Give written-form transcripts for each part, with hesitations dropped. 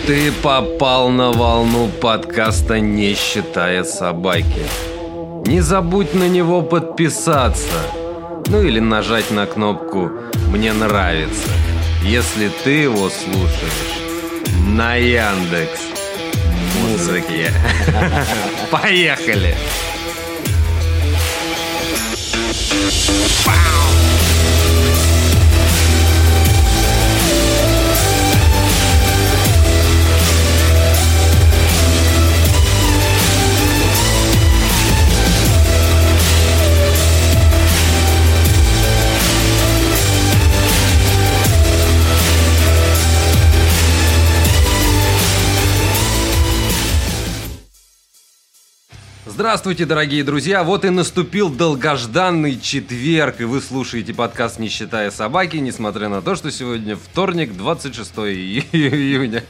Ты попал на волну подкаста «Не считая собаки». Не забудь на него подписаться. Ну или нажать на кнопку «Мне нравится», если ты его слушаешь на Яндекс.Музыке. Поехали! Здравствуйте, дорогие друзья! Вот и наступил долгожданный четверг, и вы слушаете подкаст «Не считая собаки», несмотря на то, что сегодня вторник, 26 июня.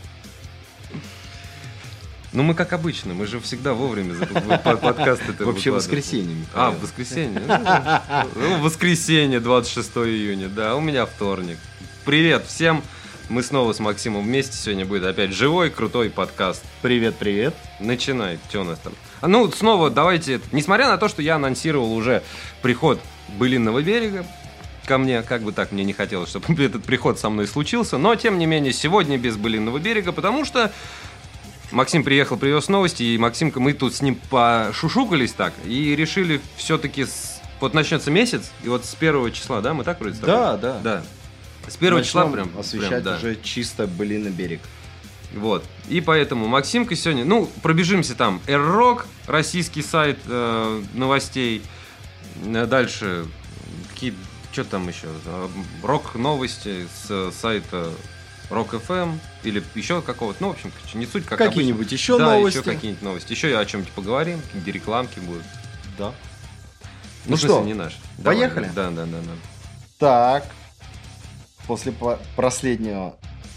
Ну, мы как обычно, мы же всегда вовремя подкасты. Вообще воскресенье. В воскресенье. Воскресенье, 26 июня, да, у меня вторник. Привет всем! Мы снова с Максимом вместе. Сегодня будет опять живой, крутой подкаст. Привет. Начинай. Что у нас там? Снова давайте... Несмотря на то, что я анонсировал уже приход Былинного берега ко мне, как бы так мне не хотелось, чтобы этот приход со мной случился, но, тем не менее, сегодня без Былинного берега, потому что Максим приехал, привез новости, и Максимка, мы тут с ним пошушукались так, и решили все-таки... Вот начнется месяц, и вот с 1 числа, да, мы так вроде? Да. С 1 числа прям освещать да. Уже чисто Былиный берег. Вот. И поэтому Максимка сегодня... пробежимся там. R-Rock, российский сайт новостей. Дальше что там еще? Рок-новости с сайта Rock.FM или еще какого-то. В общем, не суть, как какие-нибудь обычно. еще новости. Еще какие-нибудь новости. Еще о чем-нибудь поговорим, какие-нибудь рекламки будут. Да. Ну что, не наш. Поехали? Да. Так. После последнего...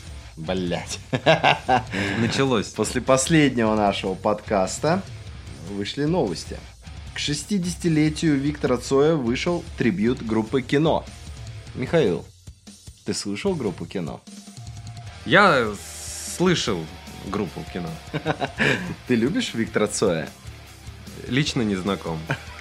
Началось. После последнего нашего подкаста вышли новости. К 60-летию Виктора Цоя вышел трибьют группы «Кино». Михаил, ты слышал группу «Кино»? Я слышал группу «Кино». Ты любишь Виктора Цоя? Лично не знаком.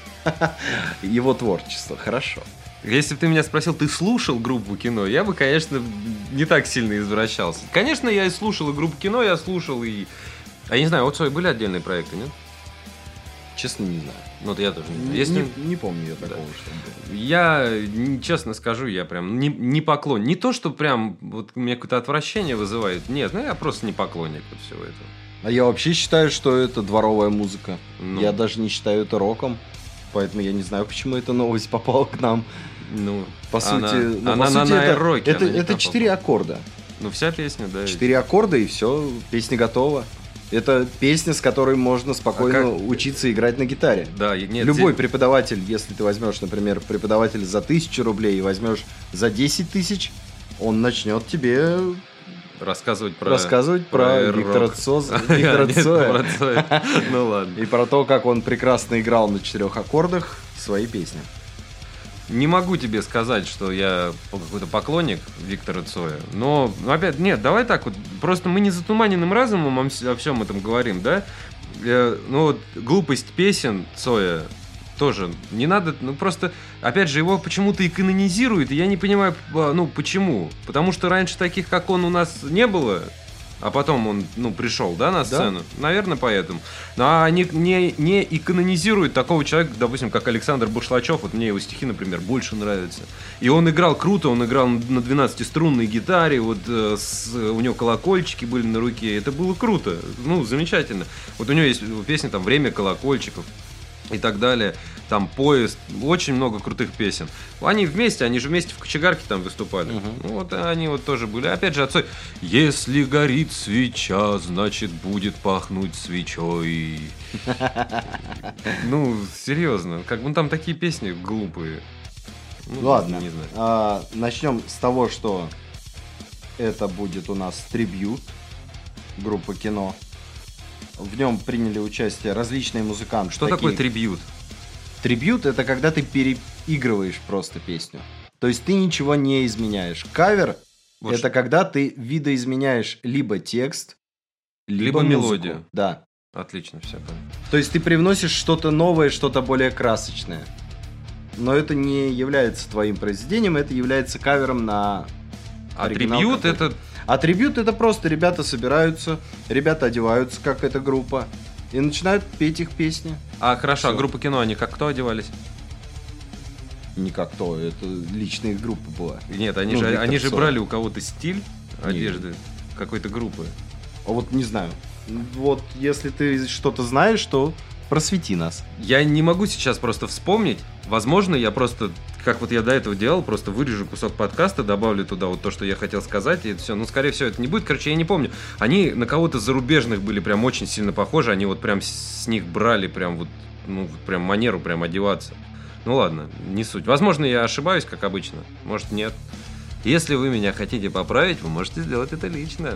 Его творчество, хорошо. Если бы ты меня спросил, ты слушал группу «Кино», я бы, конечно, не так сильно извращался. Конечно, я и слушал и группу «Кино», я слушал и... А я не знаю, у Цоя были отдельные проекты, нет? Честно, не знаю. Я тоже не знаю. Не помню я такого, что было. Я, честно скажу, я прям не поклонник. Не то, что прям вот у меня какое-то отвращение вызывает. Нет, я просто не поклонник вот всего этого. А я вообще считаю, что это дворовая музыка. Я даже не считаю это роком. Поэтому я не знаю, почему эта новость попала к нам. По сути, это 4 аккорда. Вся песня, да. 4 аккорда, и все, песня готова. Это песня, с которой можно спокойно учиться играть на гитаре. Да, любой преподаватель, если ты возьмешь, например, преподавателя за 1000 рублей и возьмешь за 10 тысяч, он начнет тебе рассказывать про Виктора Цоя. Ну ладно. И про то, как он прекрасно играл на 4 аккордах свои песни. Не могу тебе сказать, что я какой-то поклонник Виктора Цоя, но опять, нет, давай так вот, просто мы не затуманенным разумом о всем этом говорим, да? Глупость песен Цоя тоже не надо, просто, опять же, его почему-то и канонизируют, и я не понимаю, почему. Потому что раньше таких, как он, у нас не было, а потом он, пришел, да, на сцену. Да? Наверное, поэтому. Но они не и канонизируют такого человека, допустим, как Александр Бушлачев. Вот мне его стихи, например, больше нравятся. И он играл круто, он играл на 12-струнной гитаре, у него колокольчики были на руке. Это было круто, замечательно. Вот у него есть песня, там, «Время колокольчиков» и так далее. Там «Поезд», очень много крутых песен. Они же вместе в кочегарке там выступали. Они тоже были. Опять же, отцой. Если горит свеча, значит будет пахнуть свечой. Серьезно. Там такие песни глупые. Ладно. Не знаю. Начнем с того, что это будет у нас трибьют группы «Кино». В нем приняли участие различные музыканты. Что такое трибьют? Трибьют — это когда ты переигрываешь просто песню. То есть ты ничего не изменяешь. Кавер — это когда ты видоизменяешь либо текст, либо мелодию. Да. Отлично, все. То есть ты привносишь что-то новое, что-то более красочное. Но это не является твоим произведением, это является кавером на оригинал. Атрибьют это просто ребята собираются, ребята одеваются, как эта группа, и начинают петь их песни. А хорошо, а группа кино, они как кто одевались? Не как кто, это личная их группа была. Нет, они же брали у кого-то стиль одежды какой-то группы. А вот не знаю. Вот если ты что-то знаешь, то просвети нас. Я не могу сейчас просто вспомнить. Возможно, я просто, как вот я до этого делал, просто вырежу кусок подкаста, добавлю туда вот то, что я хотел сказать, и это все. Ну, скорее всего, это не будет. Короче, я не помню. Они на кого-то зарубежных были прям очень сильно похожи. Они вот прям с них брали прям вот, ну, прям манеру прям одеваться. Ну, ладно, не суть. Возможно, я ошибаюсь, как обычно. Может, нет. Если вы меня хотите поправить, вы можете сделать это лично.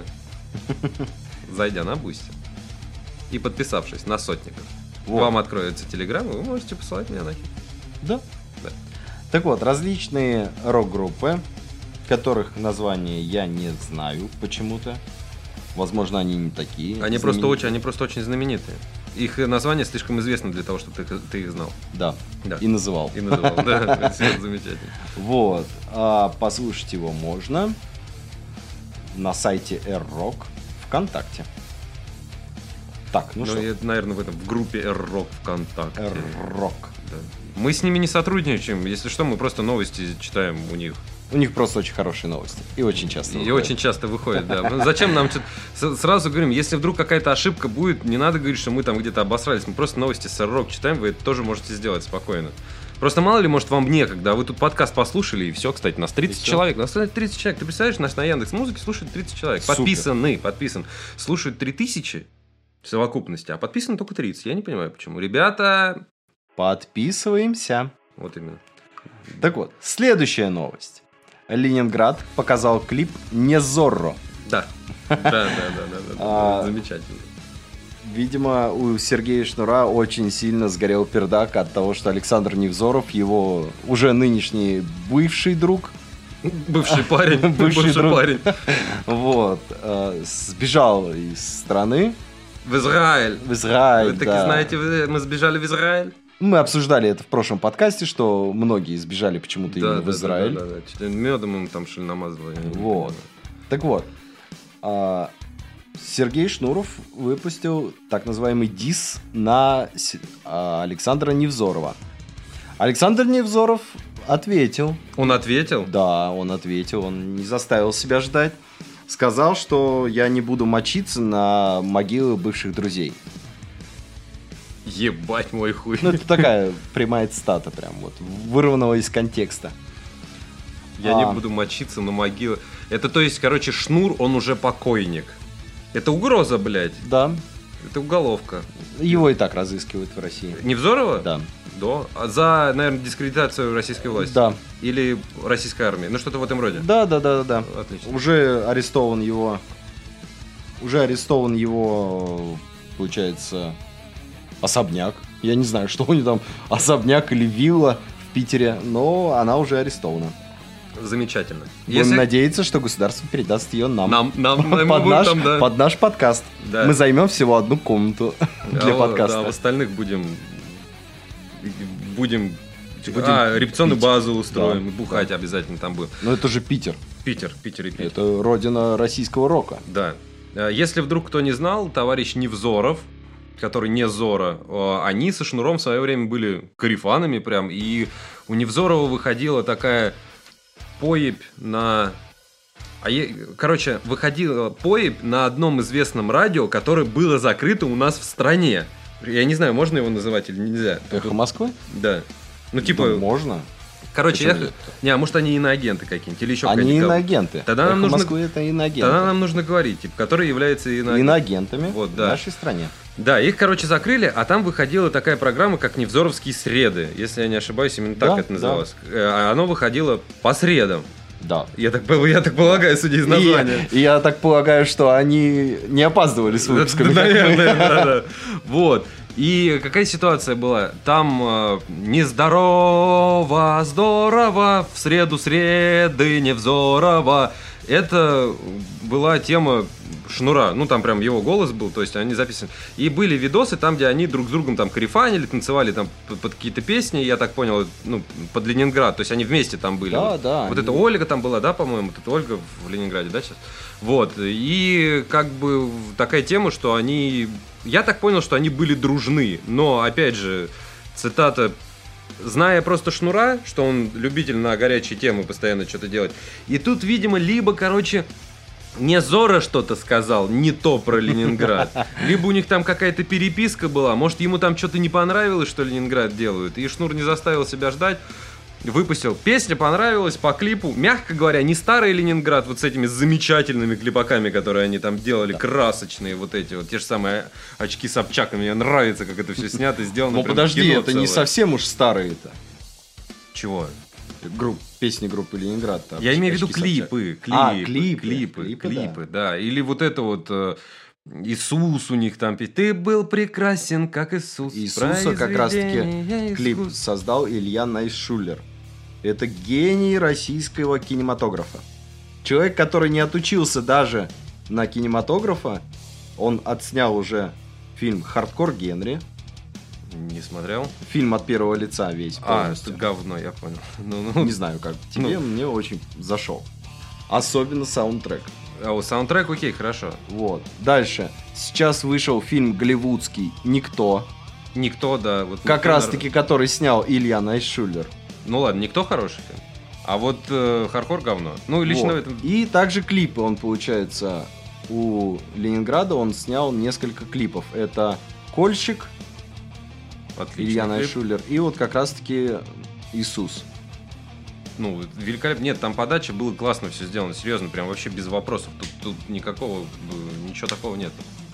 Зайдя на Бусти и подписавшись на Сотников. Вот. Вам откроется Телеграм, и вы можете посылать меня нахер. Да. Так вот, различные рок-группы, которых названия я не знаю почему-то. Возможно, они не такие. Они просто очень знаменитые. Их название слишком известно для того, чтобы ты их знал. Да. И называл. Да, это замечательно. Вот. Послушать его можно на сайте R-Rock ВКонтакте. Так, ну что? Это, наверное, в группе R-Rock ВКонтакте. R-Rock. Да. Мы с ними не сотрудничаем. Если что, мы просто новости читаем у них. У них просто очень хорошие новости. И очень часто выходят. И очень часто выходят, да. Зачем нам сразу говорим, если вдруг какая-то ошибка будет, не надо говорить, что мы там где-то обосрались. Мы просто новости с R-Rock читаем, вы это тоже можете сделать спокойно. Просто мало ли, может, вам некогда. Вы тут подкаст послушали, и все, кстати, нас 30 человек. Нас 30 человек. Ты представляешь, нас на Яндекс.Музыке слушает 30 человек. Подписан. Слушают 3000 в совокупности, а подписано только 30. Я не понимаю, почему. Ребята... Подписываемся. Вот именно. Так вот, следующая новость. Ленинград показал клип «Не Зорро». Да. Замечательно. Видимо, у Сергея Шнура очень сильно сгорел пердак от того, что Александр Невзоров, его уже нынешний бывший друг, бывший парень, бывший парень, вот, сбежал из страны. В Израиль. Вы таки знаете, мы сбежали в Израиль? Мы обсуждали это в прошлом подкасте, что многие сбежали почему-то именно в Израиль. Да. Медом им там что ли намазывали. Вот. Так вот. Сергей Шнуров выпустил так называемый дисс на Александра Невзорова. Александр Невзоров ответил. Он ответил? Да, он ответил. Он не заставил себя ждать. Сказал, что я не буду мочиться на могилы бывших друзей. Ебать мой хуй. Ну, это такая прямая цитата прям вот, вырванного из контекста. Я не буду мочиться на могилы. Это, то есть, короче, Шнур, он уже покойник. Это угроза, блядь. Да. Это уголовка. Его и так разыскивают в России. Невзорова? Да. За, наверное, дискредитацию российской власти? Да. Или российской армии? Ну, что-то в этом роде? Да. Отлично. Уже арестован его, получается, особняк. Я не знаю, что у него там, особняк или вилла в Питере, но она уже арестована. Замечательно. Будем надеяться, что государство передаст ее нам. Под наш подкаст. Да. Мы займем всего одну комнату для подкаста. Да, в остальных будем репетиционную базу устроим, да, бухать обязательно там будем. Но это же Питер. Питер. Это родина российского рока. Да. Если вдруг кто не знал, товарищ Невзоров, который не Зоро, они со Шнуром в свое время были корифанами прям, и у Невзорова выходила такая поебь на... выходила поебь на одном известном радио, которое было закрыто у нас в стране. Я не знаю, можно его называть или нельзя. Эхо Москвы? Да. Ну, типа... Да, можно. Короче, может, они иноагенты какие-нибудь или еще какие-нибудь. Они иноагенты. Тогда нам нужно... Москвы это иноагенты. Тогда нам нужно говорить, типа, которые являются иноагентами вот, в нашей стране. Да, их, закрыли, а там выходила такая программа, как «Невзоровские среды». Если я не ошибаюсь, именно так это называлось. Да. Оно выходило по средам. Да. Я так полагаю, судя из названия. И я так полагаю, что они не опаздывали с выпусками. Наверное, да. Вот. И какая ситуация была? Там нездорово, здорово, в среду среды Невзорова. Это была тема Шнура. Ну, там прям его голос был, то есть они записаны. И были видосы там, где они друг с другом там корефанили, танцевали там под какие-то песни, я так понял, ну, под Ленинград. То есть они вместе там были. Да, вот, да. Вот эта Ольга там была, да, по-моему? Вот эта Ольга в Ленинграде, да, сейчас? Вот. И как бы такая тема, что они... Я так понял, что они были дружны. Но, опять же, цитата... Зная просто Шнура, что он любитель на горячие темы постоянно что-то делать. И тут, видимо, либо, короче, не Зора что-то сказал, не то про Ленинград. Либо у них там какая-то переписка была. Может, ему там что-то не понравилось, что Ленинград делают. И Шнур не заставил себя ждать. Выпустил. Песня понравилась по клипу. Мягко говоря, не старый Ленинград вот с этими замечательными клипаками, которые они там делали, красочные вот эти вот, те же самые очки Собчак. Мне нравится, как это все снято, сделано. Ну подожди, это не совсем уж старые-то. Чего? Песни группы Ленинград. Я имею в виду клипы. Клипы, да. Или вот это вот... Иисус у них там петь. Ты был прекрасен, как Иисус. Иисуса как раз-таки клип создал Илья Найшулер. Это гений российского кинематографа. Человек, который не отучился даже на кинематографа, он отснял уже фильм «Хардкор Генри». Не смотрел. Фильм от первого лица весь. Это говно, я понял. Не знаю, как тебе, мне очень зашел. Особенно саундтрек. Саундтрек, окей, хорошо. Вот. Дальше. Сейчас вышел фильм голливудский «Никто». «Никто», да. Вот как раз-таки, который снял Илья Найшулер. Ну ладно, «Никто» хороший фильм. А вот «Хардкор» говно. Ну, лично в этом... И также клипы он, получается, у Ленинграда он снял несколько клипов. Это «Кольщик», отличный Илья клип. Найшулер, и вот как раз-таки «Иисус». Ну, великолепно. Нет, там подача было классно все сделано, серьезно, прям вообще без вопросов. Тут никакого, ничего такого нет.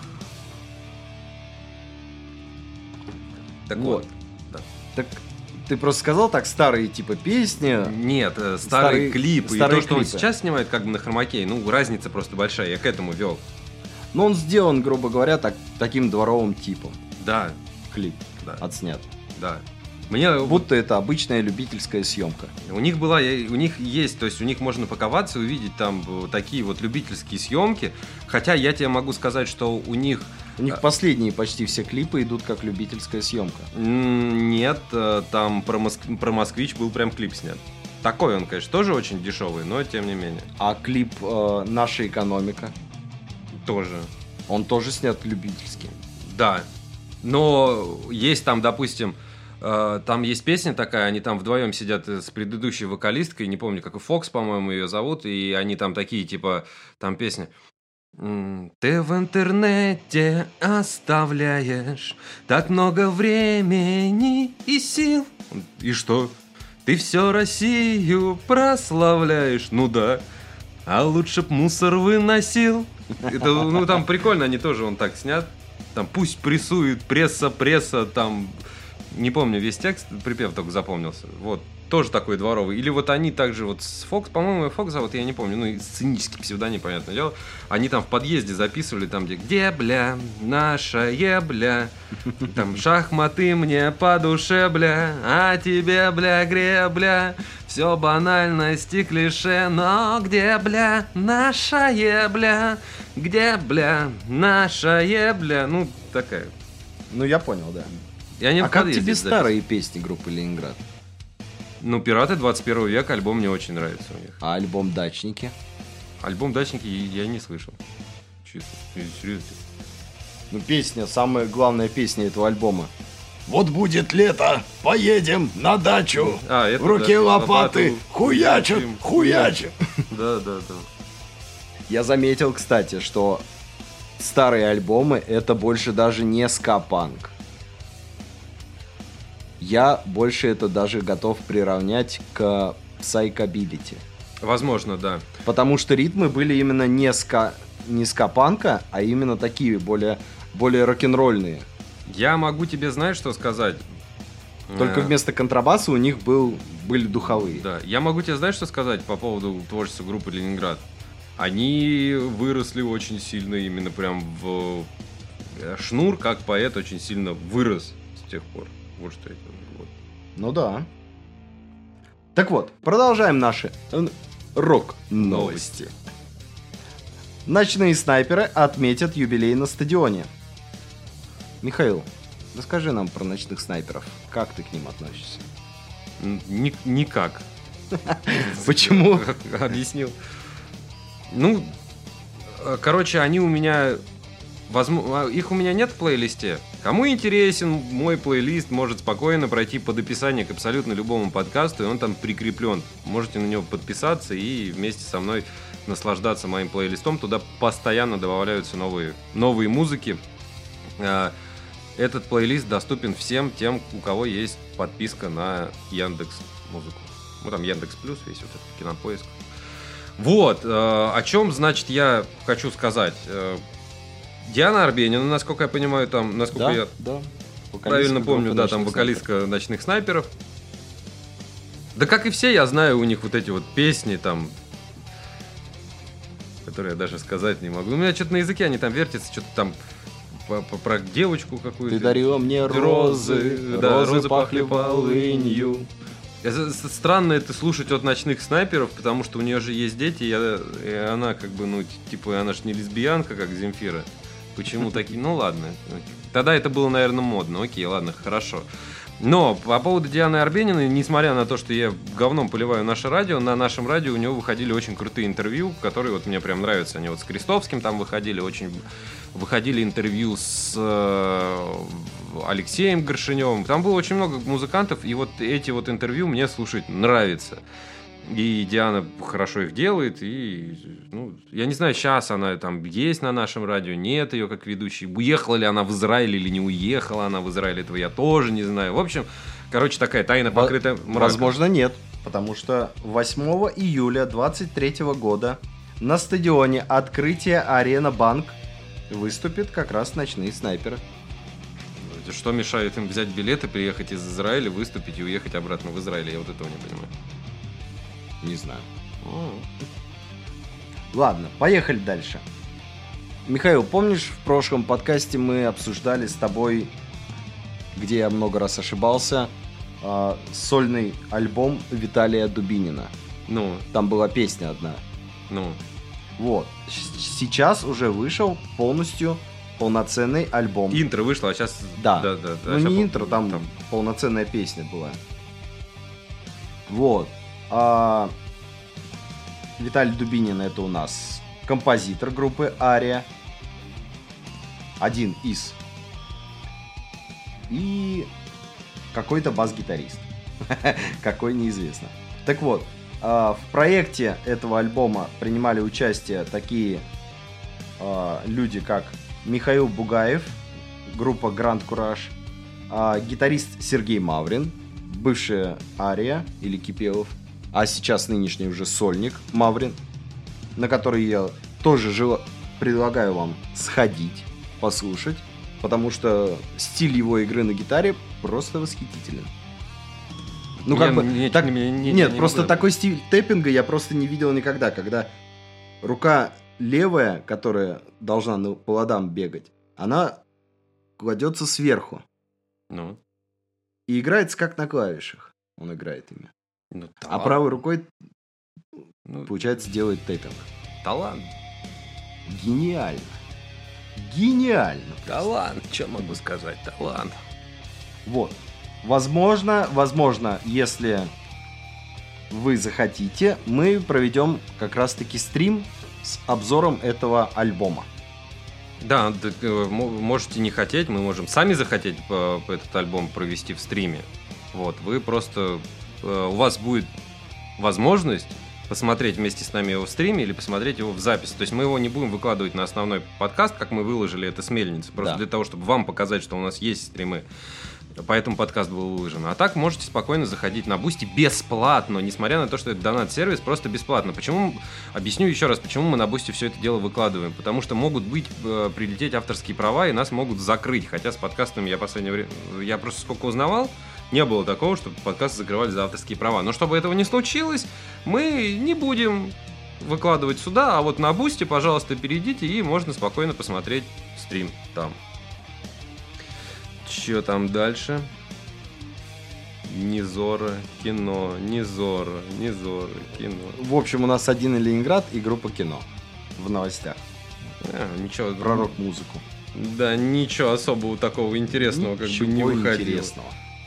Так вот. Да. Так ты просто сказал так старые типа песни. Нет, старые клипы. Старые и то, что клипы. он сейчас снимает как бы на хромакее, ну, разница просто большая, я к этому вел. Но он сделан, грубо говоря, таким дворовым типом. Да. Клип отснят. Да. Будто это обычная любительская съемка. У них есть, то есть у них можно паковаться и увидеть там такие вот любительские съемки. Хотя я тебе могу сказать, что у них... У них последние почти все клипы идут как любительская съемка. Нет, там про «Москвич» был прям клип снят. Такой он, конечно, тоже очень дешевый, но тем не менее. А клип «Наша экономика»? Тоже. Он тоже снят любительский. Да. Но есть там, допустим... Там есть песня такая, они там вдвоем сидят с предыдущей вокалисткой, не помню, как и Фокс, по-моему, ее зовут, и они там такие, типа, там песня. Ты в интернете оставляешь так много времени и сил. И что? Ты всю Россию прославляешь. Ну да. А лучше б мусор выносил. Это, ну там прикольно, они тоже он так снят. Там пусть прессует пресса, там... Не помню весь текст, припев только запомнился. Вот, тоже такой дворовый. Или вот они также вот с Фокс, по-моему, Фокс зовут, я не помню, ну, сценический псевдоним, понятное дело. Они там в подъезде записывали, там, где бля, наша ебля, там, шахматы мне по душе, бля, а тебе, бля, гребля, все банальности, клише, но где, бля, наша ебля, где, бля, наша ебля, ну, такая. Ну, я понял, да. А как тебе старые песни группы Ленинград? Ну, «Пираты 21 века», альбом мне очень нравится у них. А альбом «Дачники»? Альбом «Дачники» я не слышал. Чисто, серьезно. Ну, песня, самая главная песня этого альбома. Вот будет лето, поедем на дачу. В руке лопаты, хуячат. Да. Я заметил, кстати, что старые альбомы это больше даже не ска-панк. Я больше это даже готов приравнять к псайкобилити. Возможно, да. Потому что ритмы были именно не ска-панка, а именно такие, более рок-н-ролльные. Я могу тебе, знаешь, что сказать? Только вместо контрабаса у них были духовые. Да, я могу тебе, знаешь, что сказать по поводу творчества группы «Ленинград»? Они выросли очень сильно, именно прям в... Шнур, как поэт, очень сильно вырос с тех пор. Вот что это. Вот. Ну да. Так вот, продолжаем наши рок-новости. Ночные снайперы отметят юбилей на стадионе. Михаил, расскажи нам про ночных снайперов. Как ты к ним относишься? Никак. Почему? Объяснил. Ну, короче, они у меня... Их у меня нет в плейлисте. Кому интересен мой плейлист, может спокойно пройти под описание к абсолютно любому подкасту, и он там прикреплен. Можете на него подписаться и вместе со мной наслаждаться моим плейлистом. Туда постоянно добавляются новые музыки. Этот плейлист доступен всем тем, у кого есть подписка на Яндекс.Музыку. Ну, там Яндекс Плюс, весь вот этот Кинопоиск. Вот, о чем, значит, я хочу сказать. Диана Арбенина, насколько я понимаю, там, насколько я правильно помню, да, там вокалистка «Ночных снайперов». Да как и все, я знаю у них вот эти вот песни там, которые я даже сказать не могу. У меня что-то на языке они там вертятся, что-то там про девочку какую-то. Ты дарила мне розы, да, розы пахли полынью. Странно это слушать от «Ночных снайперов», потому что у нее же есть дети, и она как бы, ну, типа, она же не лесбиянка, как Земфира. Почему такие? Ну, ладно. Тогда это было, наверное, модно. Окей, ладно, хорошо. Но по поводу Дианы Арбениной, несмотря на то, что я говном поливаю наше радио, на нашем радио у него выходили очень крутые интервью, которые вот мне прям нравятся. Они вот с Крестовским там выходили интервью с Алексеем Горшиневым. Там было очень много музыкантов, и вот эти вот интервью мне слушать нравится. И Диана хорошо их делает, и, ну, я не знаю, сейчас она там есть на нашем радио, нет ее как ведущей, уехала ли она в Израиль или не уехала она в Израиль, этого я тоже не знаю. В общем, короче, такая тайна покрытая мраком. Возможно, нет, потому что 8 июля 23 года на стадионе открытия Арена Банк выступит как раз «Ночные снайперы». Что мешает им взять билеты, приехать из Израиля, выступить и уехать обратно в Израиль? Я вот этого не понимаю. Не знаю. Ладно, поехали дальше. Михаил, помнишь, в прошлом подкасте мы обсуждали с тобой, где я много раз ошибался, сольный альбом Виталия Дубинина? Ну. Там была песня одна. Ну. Вот. Сейчас уже вышел полностью полноценный альбом. Интро вышло, а сейчас... Да. Ну, не интро, там полноценная песня была. Вот. Виталий Дубинин — это у нас композитор группы «Ария». Один из. И какой-то бас-гитарист. Какой, неизвестно. Так вот, в проекте этого альбома принимали участие такие люди, как Михаил Бугаев, группа Grand Courage, гитарист Сергей Маврин, бывшая Ария или Кипелов, а сейчас нынешний уже сольник Маврин, на который я тоже предлагаю вам сходить, послушать, потому что стиль его игры на гитаре просто восхитителен. Ну, как бы... Нет, просто такой стиль тэппинга я просто не видел никогда, когда рука левая, которая должна по ладам бегать, она кладется сверху. Ну. И играется как на клавишах. Он играет ими. Ну, а правой рукой, получается, делает тэппинг. Талант. Гениально. Гениально. Талант. Что могу сказать? Талант. Вот. Возможно, если вы захотите, мы проведем как раз-таки стрим с обзором этого альбома. Да, можете не хотеть, мы можем сами захотеть этот альбом провести в стриме. Вот, вы просто... У вас будет возможность посмотреть вместе с нами его в стриме или посмотреть его в записи. То есть мы его не будем выкладывать на основной подкаст, как мы выложили это с мельницы. Просто для того, чтобы вам показать, что у нас есть стримы. Поэтому подкаст был выложен. А так можете спокойно заходить на Boosty бесплатно, несмотря на то, что это донат-сервис, просто бесплатно. Почему? Объясню еще раз, почему мы на Boosty все это дело выкладываем. Потому что могут прилететь авторские права, и нас могут закрыть. Хотя с подкастами я последнее время... Я просто сколько узнавал, не было такого, чтобы подкасты закрывали за авторские права. Но чтобы этого не случилось, мы не будем выкладывать сюда, а вот на Boosty, пожалуйста, перейдите, и можно спокойно посмотреть стрим там. Че там дальше? Низора, кино, Низора, кино. В общем, у нас один Ленинград и группа кино в новостях. Ничего. Про рок-музыку. Да, ничего особого такого интересного как бы не выходило. Интересного.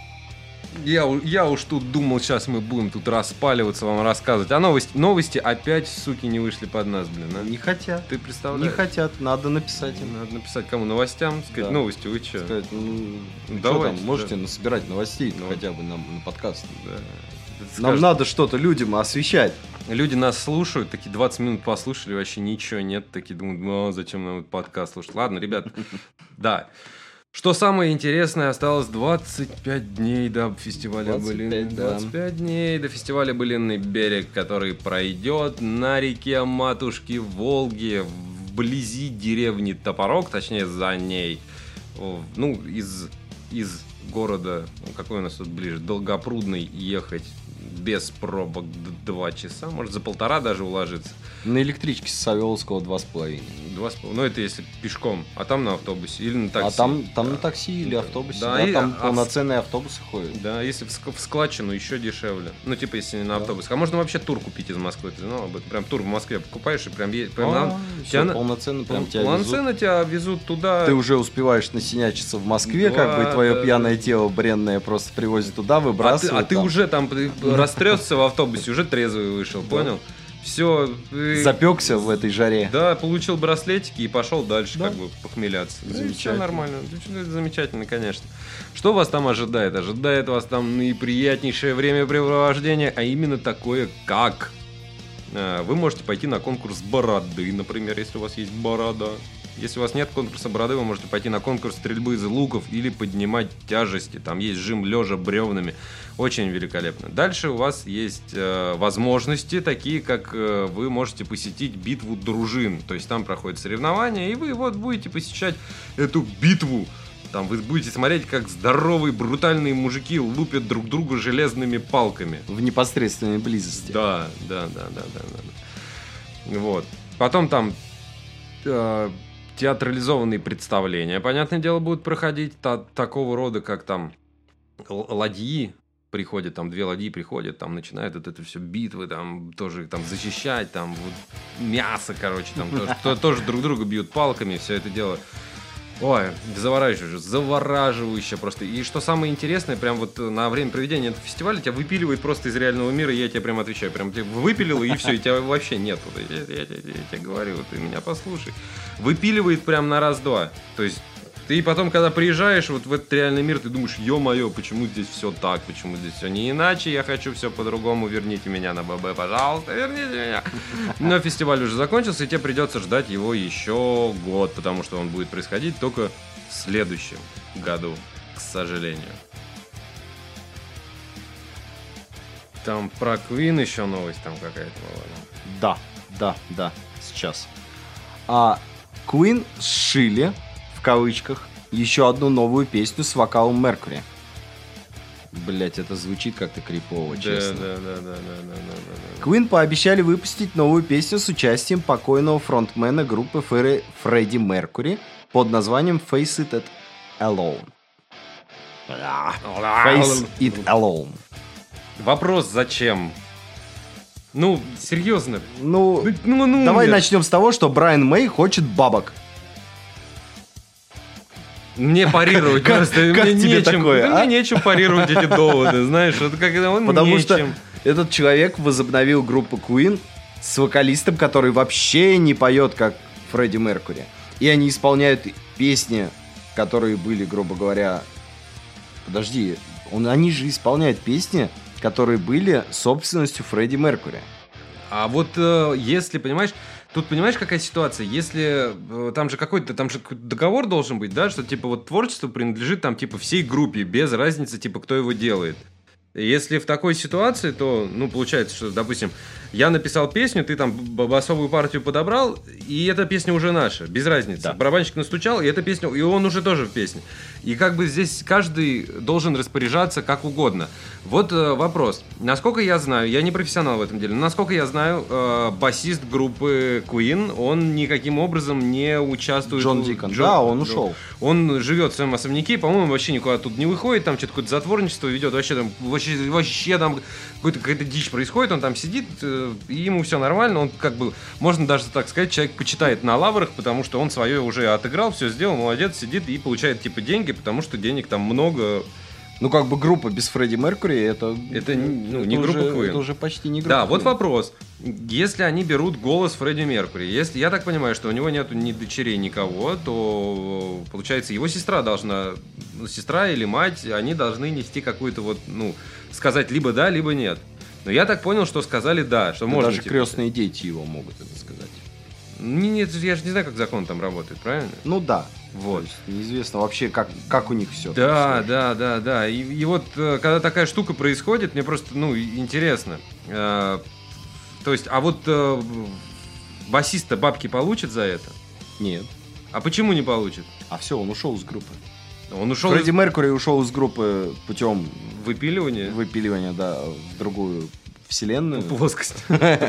Я уж тут думал, сейчас мы будем тут распаливаться, вам рассказывать. А новости опять, суки, не вышли под нас, блин. А? Не хотят. Ты представляешь? Не хотят, надо написать им. Надо написать кому? Новостям? Сказать, новости, вы что? Сказать, давайте, можете насобирать новостей хотя бы на подкаст. Да. Нам надо что-то людям освещать. Люди нас слушают, такие 20 минут послушали, вообще ничего нет. Такие думают, зачем нам этот подкаст слушать? Ладно, ребят, да. Что самое интересное, осталось 25 дней до фестиваля 25 дней до фестиваля «Былинный берег», который пройдет на реке Матушки Волги, вблизи деревни Топорок, точнее за ней. Ну, из города, какой у нас тут ближе, Долгопрудный, ехать без пробок 2 часа, может за 1,5 даже уложиться. На электричке с Савеловского 2,5. 2,5. Ну, это если пешком. А там на автобусе или на такси. А там на такси или автобусе. Да, там полноценные автобусы ходят. Да, если в складчину еще дешевле. Ну, типа, если не на автобус. А можно вообще тур купить из Москвы. Ты знал об этом? Прям тур в Москве покупаешь и прям полноценно прям тебя везут. Полноценно тебя везут туда. Ты уже успеваешь насинячиться в Москве, как бы твое пьяное тело бренное просто привозит туда, выбрасывает. А ты уже там растресся в автобусе, уже трезвый вышел, понял? Все. Запекся в этой жаре. Да, получил браслетики и пошел дальше, как бы похмеляться. Все нормально. Это замечательно, конечно. Что вас там ожидает? Ожидает вас там наиприятнейшее времяпрепровождение, а именно такое, как вы можете пойти на конкурс бороды, например, если у вас есть борода. Если у вас нет конкурса бороды, вы можете пойти на конкурс стрельбы из луков или поднимать тяжести. Там есть жим лежа бревнами. Очень великолепно. Дальше у вас есть возможности, такие как вы можете посетить битву дружин. То есть там проходят соревнования, и вы вот будете посещать эту битву. Там вы будете смотреть, как здоровые, брутальные мужики лупят друг друга железными палками. В непосредственной близости. Да. Вот. Потом там театрализованные представления, понятное дело, будут проходить такого рода, как там ладьи приходят, там 2 ладьи приходят, там начинают вот это все битвы, там тоже там защищать, там вот мясо, короче, там тоже друг друга бьют палками, все это дело. Ой, завораживающе просто. И что самое интересное, прям вот на время проведения этого фестиваля тебя выпиливает просто из реального мира, и я тебе прям отвечаю, прям тебя выпилило, и все, и тебя вообще нет. Я тебе говорю, ты меня послушай. Выпиливает прям на раз-два. То есть ты потом, когда приезжаешь вот в этот реальный мир, ты думаешь, ё-моё, почему здесь все так, почему здесь все не иначе, я хочу все по-другому, верните меня на ББ, пожалуйста, верните меня. Но фестиваль уже закончился, и тебе придется ждать его еще год, потому что он будет происходить только в следующем году, к сожалению. Там про Queen еще новость там какая-то была. Да, сейчас. Queen сшили, в кавычках, еще одну новую песню с вокалом Меркьюри. Блять, это звучит как-то крипово, честно. Да. Queen пообещали выпустить новую песню с участием покойного фронтмена группы Фредди Меркьюри под названием Face It Alone. Face It Alone. Вопрос, зачем? Ну, серьезно. Давай начнем с того, что Брайан Мэй хочет бабок. Мне парировать просто. Как тебе такое, мне нечем парировать эти доводы, знаешь. Потому что этот человек возобновил группу Queen с вокалистом, который вообще не поет, как Фредди Меркьюри. И они исполняют песни, которые были, грубо говоря... Подожди, они же исполняют песни, которые были собственностью Фредди Меркьюри. А вот если, понимаешь... Тут понимаешь, какая ситуация? Если там же какой-то договор должен быть, да, что типа вот творчество принадлежит там типа всей группе, без разницы типа кто его делает. Если в такой ситуации, то, получается, что, допустим, я написал песню, ты там басовую партию подобрал, и эта песня уже наша, без разницы. Да. Барабанщик настучал, и эта песня, и он уже тоже в песне. И как бы здесь каждый должен распоряжаться как угодно. Вот вопрос. Насколько я знаю, я не профессионал в этом деле, но насколько я знаю, басист группы Queen, он никаким образом не участвует... Джон Дикон, да, он ушел. Он живет в своем особняке, по-моему, вообще никуда тут не выходит, там что-то какое-то затворничество ведет, вообще вообще там какая-то дичь происходит, он там сидит, и ему все нормально, он как бы, можно даже так сказать, человек почитает на лаврах, потому что он свое уже отыграл, все сделал, молодец, сидит и получает типа деньги, потому что денег там много. Ну, как бы группа без Фредди Меркьюри, это не группа Queen. Это уже почти не группа Да, Queen. вот вопрос. Если они берут голос Фредди Меркьюри, если я так понимаю, что у него нету ни дочерей, никого, то, получается, его сестра должна, сестра или мать, они должны нести какую-то вот, сказать либо да, либо нет. Но я так понял, что сказали да, что можно. Даже крестные дети его могут это сказать. Нет, я же не знаю, как закон там работает, правильно? Ну да. Вот. То есть неизвестно вообще, как у них все. Да. И вот, когда такая штука происходит, мне просто, интересно. То есть, а вот басист-то бабки получит за это? Нет. А почему не получит? А все, он ушел из группы. Он ушел Фредди Меркьюри ушел из группы путем выпиливания, да, в другую вселенную. Плоскость.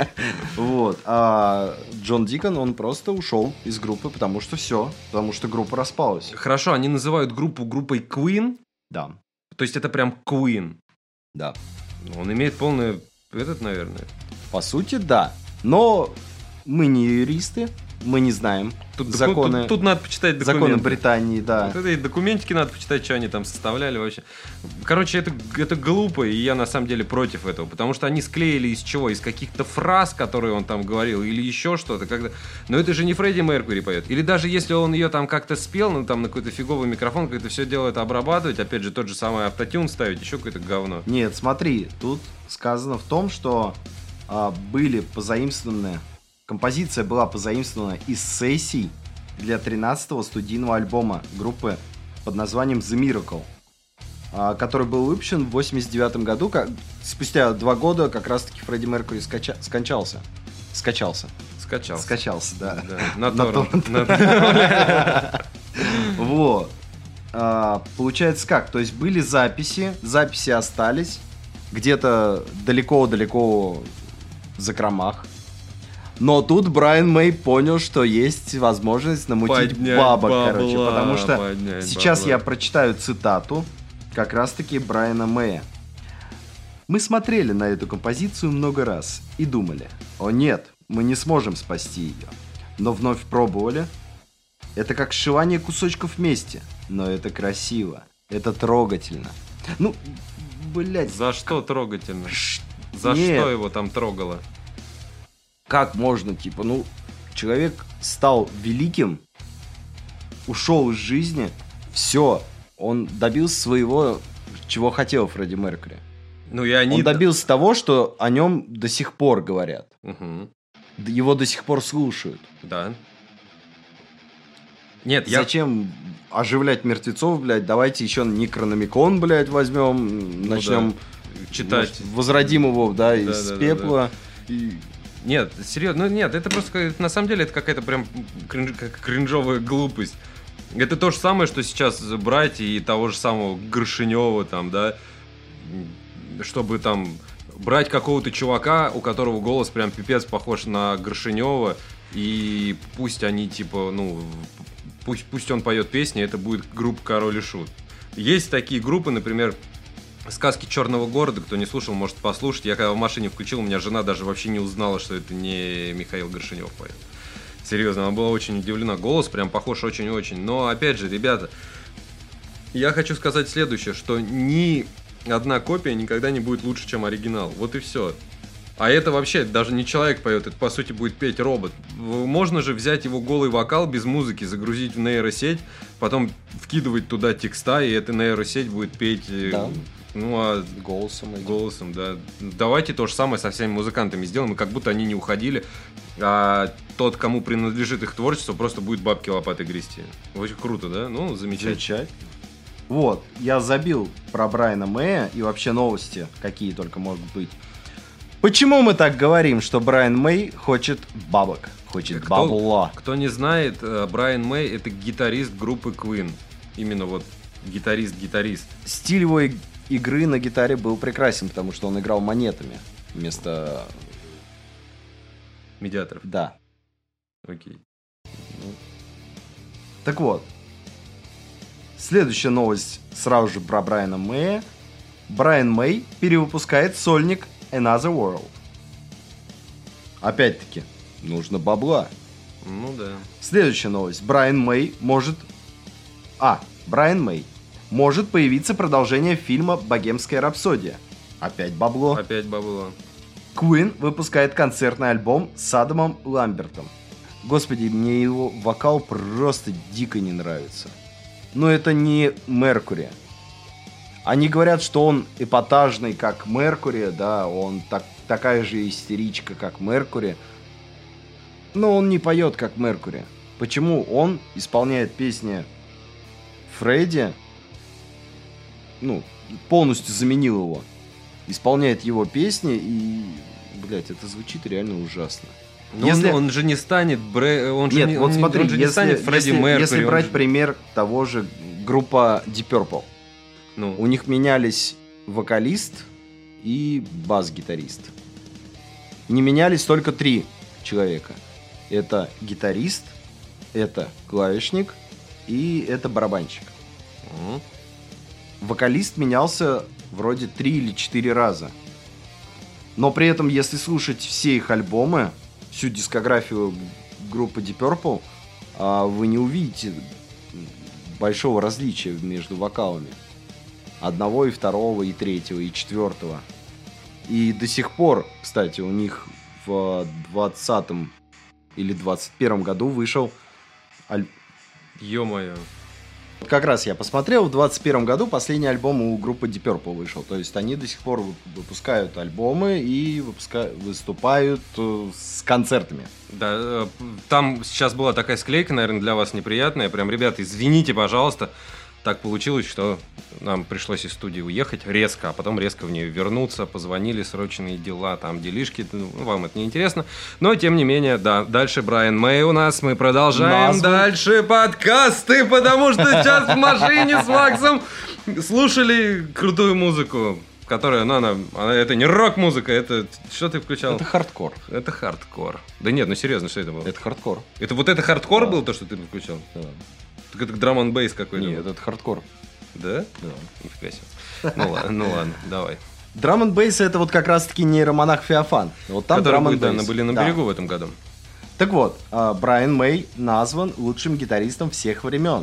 Вот. А Джон Дикон, он просто ушел из группы, потому что группа распалась. Хорошо, они называют группу группой Queen? Да. То есть это прям Queen? Да. Он имеет полный наверное. По сути, да. Но мы не юристы, мы не знаем законы. Тут надо почитать документы. Законы Британии, да. Вот это и документики надо почитать, что они там составляли вообще. Короче, это глупо, и я на самом деле против этого, потому что они склеили из чего? Из каких-то фраз, которые он там говорил, или еще что-то. Но это же не Фредди Меркьюри поет. Или даже если он ее там как-то спел, там на какой-то фиговый микрофон, как это все дело это обрабатывать, опять же, тот же самый автотюн ставить, еще какое-то говно. Нет, смотри, тут сказано в том, что были позаимствованы. Композиция была позаимствована из сессий для 13-го студийного альбома группы под названием The Miracle, который был выпущен в 1989 году. Спустя 2 года как раз-таки Фредди Меркьюри скончался. Скачался, да. На торрент. Вот. Получается как? То есть были записи остались где-то далеко-далеко в закромах. Но тут Брайан Мэй понял, что есть возможность намутить бабок, потому что сейчас я прочитаю цитату как раз-таки Брайана Мэя. Мы смотрели на эту композицию много раз и думали: о нет, мы не сможем спасти ее. Но вновь пробовали. Это как сшивание кусочков вместе, но это красиво, это трогательно. Блять. За что трогательно? За что его там трогало? Как можно, человек стал великим, ушел из жизни, все, он добился своего, чего хотел Фредди Меркьюри. Он добился того, что о нем до сих пор говорят. Угу. Его до сих пор слушают. Да. Нет, Зачем оживлять мертвецов, блядь? Давайте еще Некрономикон, блядь, возьмем, начнем читать. Возродим его, из пепла. Да. Нет, серьезно, это просто, на самом деле, это какая-то прям кринжовая глупость. Это то же самое, что сейчас брать и того же самого Горшенева там, да, чтобы там брать какого-то чувака, у которого голос прям пипец похож на Горшенева, и пусть они пусть он поет песни, это будет группа Король и Шут. Есть такие группы, например, «Сказки Черного города», кто не слушал, может послушать. Я когда в машине включил, у меня жена даже вообще не узнала, что это не Михаил Горшенев поет. Серьезно, она была очень удивлена. Голос прям похож очень-очень. Но, опять же, ребята, я хочу сказать следующее, что ни одна копия никогда не будет лучше, чем оригинал. Вот и все. А это вообще даже не человек поет, это по сути будет петь робот. Можно же взять его голый вокал без музыки, загрузить в нейросеть, потом вкидывать туда текста, и эта нейросеть будет петь... Да. Голосом, да. Давайте то же самое со всеми музыкантами сделаем, и как будто они не уходили, а тот, кому принадлежит их творчество, просто будет бабки лопатой грести. Очень круто, да? Замечательно. Вот, я забил про Брайана Мэя и вообще новости, какие только могут быть. Почему мы так говорим, что Брайан Мэй хочет бабок, хочет бабла? Кто не знает, Брайан Мэй — это гитарист группы Queen. Именно вот гитарист. Стиль его игры на гитаре был прекрасен, потому что он играл монетами вместо... Медиаторов? Да. Окей. Так вот. Следующая новость сразу же про Брайана Мэя. Брайан Мэй перевыпускает сольник Another World. Опять-таки, нужно бабла. Ну да. Следующая новость. Брайан Мэй может появиться продолжение фильма «Богемская рапсодия». Опять бабло. Опять бабло. Queen выпускает концертный альбом с Адамом Ламбертом. Господи, мне его вокал просто дико не нравится. Но это не Меркури. Они говорят, что он эпатажный, как Меркури, да, он такая же истеричка, как Меркури. Но он не поет, как Меркури. Почему он исполняет песни Фредди, полностью заменил его, исполняет его песни, и, блядь, это звучит реально ужасно. Но он же не станет Фредди Меркьюри. Если брать пример того же группа Deep Purple, у них менялись вокалист и бас-гитарист. Не менялись только 3 человека. Это гитарист, это клавишник и это барабанщик. Вокалист менялся вроде 3 или 4 раза. Но при этом, если слушать все их альбомы, всю дискографию группы Deep Purple, вы не увидите большого различия между вокалами. Одного и второго, и третьего, и четвертого. И до сих пор, кстати, у них в 20-м или 21-м году вышел... Ё-моё. Как раз я посмотрел, в 21 году последний альбом у группы Deep Purple вышел. То есть они до сих пор выпускают альбомы и выступают с концертами. Да, там сейчас была такая склейка, наверное, для вас неприятная. Прям, ребята, извините, пожалуйста. Так получилось, что нам пришлось из студии уехать резко, а потом резко в нее вернуться. Позвонили, срочные дела, там делишки. Вам это не интересно. Но, тем не менее, да, дальше Брайан Мэй у нас. Мы продолжаем дальше подкасты, потому что сейчас в машине с Максом слушали крутую музыку, которая, это не рок-музыка, это... Что ты включал? Это хардкор. Это хардкор. Да нет, серьезно, что это было? Это хардкор. Это хардкор был, то, что ты включал? Да. Так это драм-н-бейс какой-то. Нет, это хардкор. Да? Да. Нифига себе. Ну ладно, давай. Драм-н-бейс — это вот как раз-таки нейромонах Феофан. Вот там драм-н-бейс. Были на берегу в этом году. Так вот, Брайан Мэй назван лучшим гитаристом всех времен.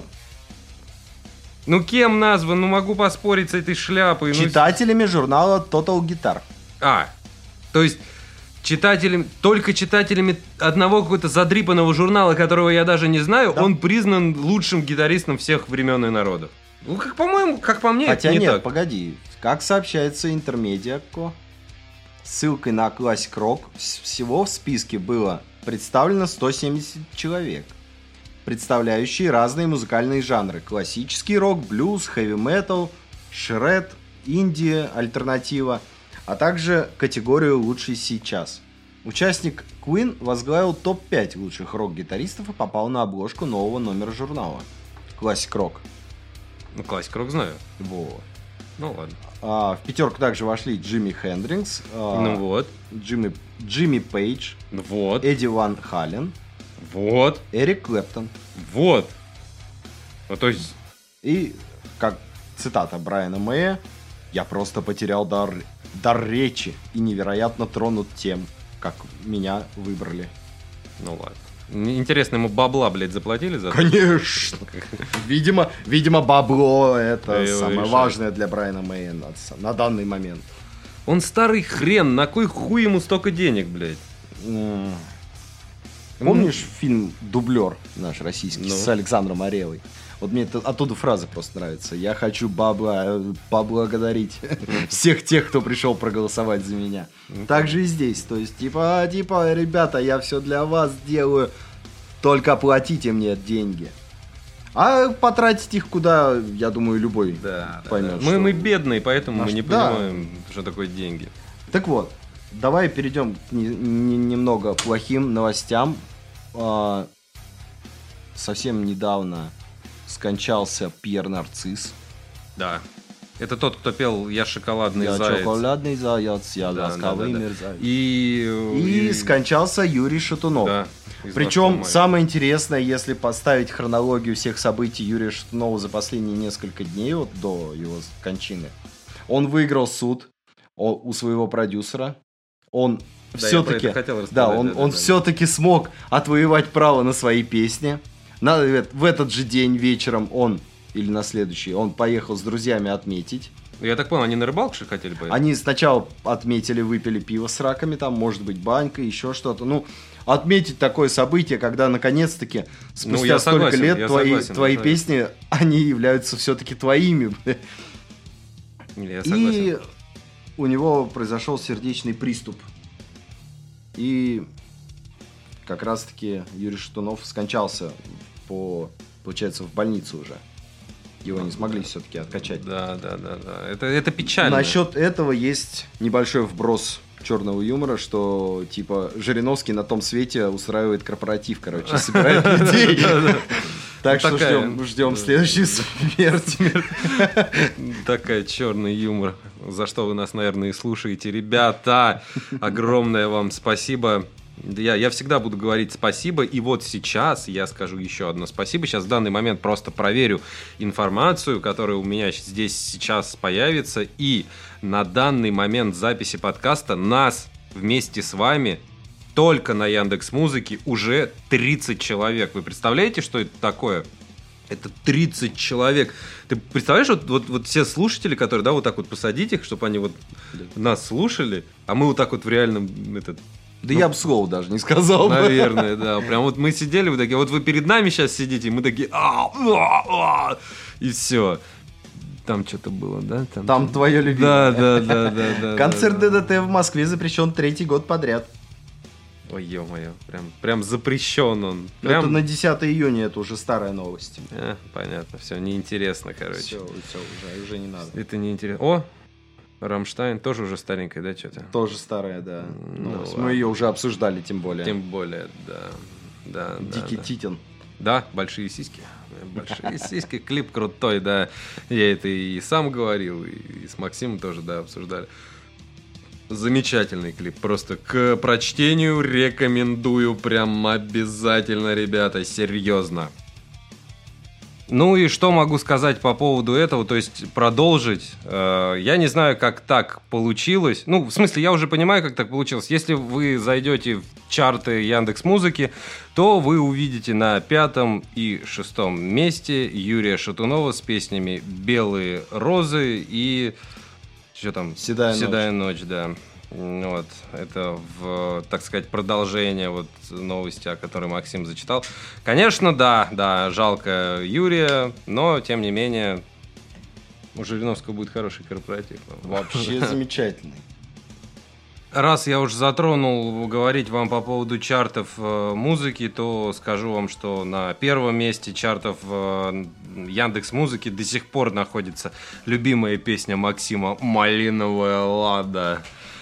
Кем назван? Могу поспорить с этой шляпой. Читателями журнала Total Guitar. То есть... только читателями одного какого-то задрипанного журнала, которого я даже не знаю, да. Он признан лучшим гитаристом всех времен и народов. Как по мне, хотя это не нет, так. Погоди. Как сообщается Интермедиако, ссылкой на Classic Rock, всего в списке было представлено 170 человек, представляющие разные музыкальные жанры. Классический рок, блюз, хэви-метал, шред, инди, альтернатива, а также категорию «Лучший сейчас». Участник Queen возглавил топ-5 лучших рок-гитаристов и попал на обложку нового номера журнала Classic Rock. Classic Rock знаю. Вот. Ладно. В пятерку также вошли Джимми Хендрикс, Джимми Пейдж, Эдди Ван Хален, Эрик Клэптон. То есть... И, как цитата Брайана Мэя, «Я просто потерял дар речи и невероятно тронут тем, как меня выбрали». Ладно. Интересно, ему бабла, блядь, заплатили за это? Конечно. Видимо, бабло — это самое важное для Брайана Мэя на данный момент. Он старый хрен, на кой хуй ему столько денег, блядь? Помнишь фильм «Дублер» наш российский с Александром Оревой? Вот мне оттуда фраза просто нравится. Я хочу поблагодарить всех тех, кто пришел проголосовать за меня. Так же и здесь. То есть, типа, ребята, я все для вас делаю, только оплатите мне деньги. А потратить их куда, я думаю, любой поймет. Да. Мы бедные, поэтому мы не понимаем, что такое деньги. Так вот, давай перейдем к немного плохим новостям. Совсем недавно скончался Пьер Нарцисс. Да. Это тот, кто пел «Я шоколадный заяц». «Я шоколадный заяц, я ласковый мерзавец». И скончался Юрий Шатунов. Да. Причем самое интересное, если поставить хронологию всех событий Юрия Шатунова за последние несколько дней, вот до его кончины, Он выиграл суд у своего продюсера. Он Да, все-таки, он все-таки смог отвоевать право на свои песни. В этот же день вечером он, или на следующий, он поехал с друзьями отметить. Я так понял, они на рыбалку что хотели поехать? Они сначала отметили, выпили пиво с раками, там, может быть, банька, еще что-то. Ну, отметить такое событие, когда наконец-таки спустя столько лет твои песни, они являются все-таки твоими. Я согласен. И у него произошел сердечный приступ. И как раз-таки Юрий Шатунов скончался, получается, в больнице уже. Его не смогли все-таки откачать. Да. Это печально. Насчет этого есть небольшой вброс черного юмора, что типа Жириновский на том свете устраивает корпоратив, короче, собирает людей. Так что ждем следующей смерти. Такая черный юмор. За что вы нас, наверное, и слушаете. Ребята, огромное вам спасибо. Я всегда буду говорить спасибо, и вот сейчас я скажу еще одно спасибо. Сейчас в данный момент просто проверю информацию, которая у меня здесь сейчас появится, и на данный момент записи подкаста нас вместе с вами только на Яндекс.Музыке уже 30 человек. Вы представляете, что это такое? Это 30 человек. Ты представляешь, вот все слушатели, которые, да, вот так вот посадить их, чтобы они вот нас слушали, а мы вот так вот в реальном... Да я бы слова даже не сказал. Наверное, да. Прям вот мы сидели, вот такие, вот вы перед нами сейчас сидите, и мы такие, и все. Там что-то было, да? Там твое любимое. Да. Концерт ДДТ в Москве запрещен 3-й год подряд. Ой, ё-моё, прям запрещен он. Это на 10 июня, это уже старая новость. Понятно, все, неинтересно, короче. Все, уже не надо. Это неинтересно. О! Рамштайн тоже уже старенькая, да, что-то? Тоже старая, да. Мы ее уже обсуждали, тем более. Тем более, да. Дикий Титин. Да, большие сиськи. Большие сиськи, клип крутой, да. Я это и сам говорил, и с Максимом тоже, да, обсуждали. Замечательный клип. Просто к прочтению рекомендую прям обязательно, ребята, серьезно. Ну и что могу сказать по поводу этого, то есть продолжить. Я не знаю, как так получилось. Ну, в смысле, я уже понимаю, как так получилось. Если вы зайдете в чарты Яндекс.Музыки, то вы увидите на 5 и 6 месте Юрия Шатунова с песнями «Белые розы» и... Что там? «Седая ночь», да. Вот, это, так сказать, продолжение вот новости, о которой Максим зачитал. Конечно, да, жалко Юрия, но, тем не менее, у Жириновского будет хороший корпоратив. Вообще замечательный. Раз я уже затронул говорить вам по поводу чартов музыки, то скажу вам, что на первом месте чартов Яндекс.Музыки до сих пор находится любимая песня Максима «Малиновая лада».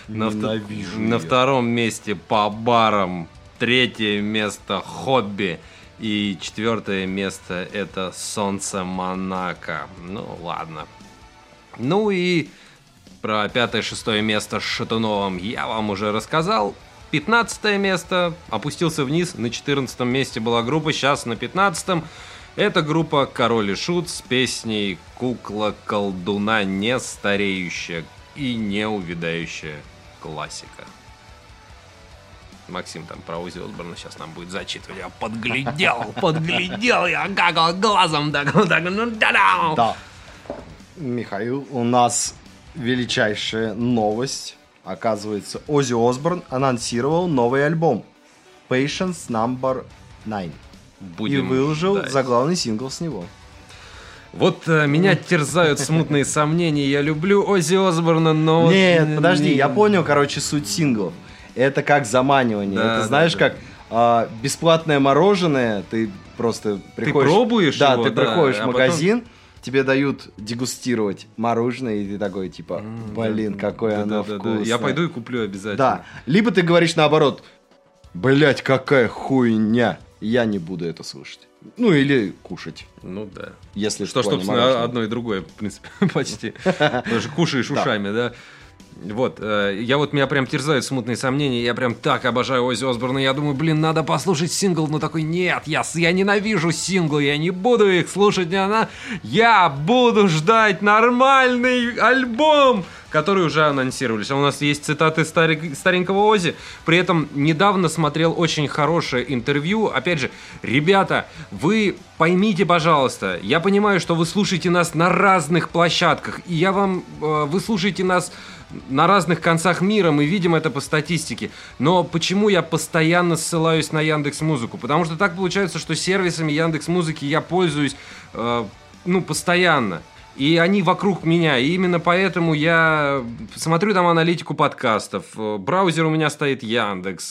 На втором месте «По барам», третье место «Хобби» и четвертое место это «Солнце Монако». Ну ладно. Ну и про 5-6 место с Шатуновым я вам уже рассказал. 15 место опустился вниз. На 14 месте была группа, сейчас на 15-м. Это группа «Король и Шут» с песней «Кукла колдуна», не стареющая и не увядающая классика. Максим там про Оззи Осборна сейчас нам будет зачитывать. Я подглядел я как глазом. Да. Михаил, у нас величайшая новость. Оказывается, Оззи Осборн анонсировал новый альбом Patience No. 9. И выложил заглавный сингл с него. Вот меня терзают смутные сомнения. Я люблю Оззи Осборна, но... Нет, подожди, я понял, короче, суть синглов. Это как заманивание. Да, это знаешь, как бесплатное мороженое. Ты просто приходишь... Ты пробуешь его? Да, ты приходишь в магазин, тебе дают дегустировать мороженое, и ты такой, типа, блин, какое оно вкусное. Я пойду и куплю обязательно. Да. Либо ты говоришь наоборот, блять, какая хуйня. Я не буду это слушать. Ну, или кушать. Ну, да. Если что, собственно, одно и другое, в принципе, почти. Потому что кушаешь ушами, да. Вот, меня прям терзают смутные сомнения, я прям так обожаю Оззи Осборна, я думаю, надо послушать сингл, но такой, нет, я ненавижу синглы, я не буду их слушать, я буду ждать нормальный альбом, которые уже анонсировались. А у нас есть цитаты старенького Оззи. При этом недавно смотрел очень хорошее интервью. Опять же, ребята, вы поймите, пожалуйста, я понимаю, что вы слушаете нас на разных площадках, и вы слушаете нас на разных концах мира, мы видим это по статистике. Но почему я постоянно ссылаюсь на Яндекс.Музыку? Потому что так получается, что сервисами Яндекс.Музыки я пользуюсь постоянно. И они вокруг меня. И именно поэтому я смотрю там аналитику подкастов. Браузер у меня стоит Яндекс.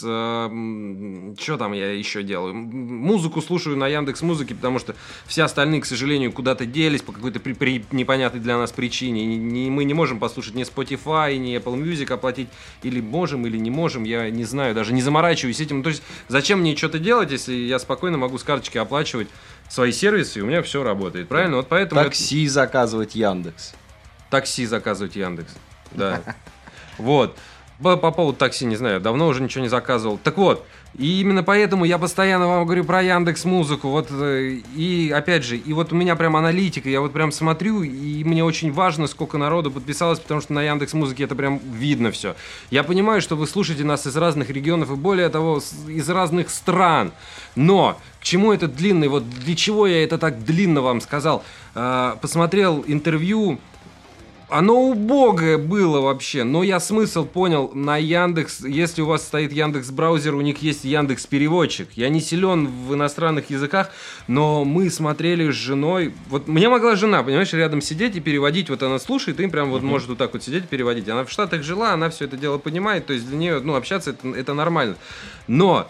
Что там я еще делаю? Музыку слушаю на Яндекс.Музыке, потому что все остальные, к сожалению, куда-то делись по какой-то непонятной для нас причине. Мы не можем послушать ни Spotify, ни Apple Music оплатить. Или можем, или не можем. Я не знаю, даже не заморачиваюсь этим. То есть зачем мне что-то делать, если я спокойно могу с карточки оплачивать свои сервисы, и у меня все работает, правильно? Вот поэтому такси заказывать Яндекс. Такси заказывать Яндекс, да. Вот. По поводу такси, не знаю, давно уже ничего не заказывал. Так вот, и именно поэтому я постоянно вам говорю про Яндекс.Музыку. Вот, и опять же, и вот у меня прям аналитика, я вот прям смотрю, и мне очень важно, сколько народу подписалось, потому что на Яндекс.Музыке это прям видно все. Я понимаю, что вы слушаете нас из разных регионов и, более того, из разных стран. Но к чему это длинный? Вот для чего я это так длинно вам сказал? Посмотрел интервью. Оно убогое было вообще, но я смысл понял на Яндекс. Если у вас стоит Яндекс браузер, у них есть Яндекс переводчик. Я не силен в иностранных языках, но мы смотрели с женой. Вот мне могла жена, понимаешь, рядом сидеть и переводить. Вот она слушает, и прям вот может вот так вот сидеть и переводить. Она в Штатах жила, она все это дело понимает, то есть для нее, общаться это нормально. Но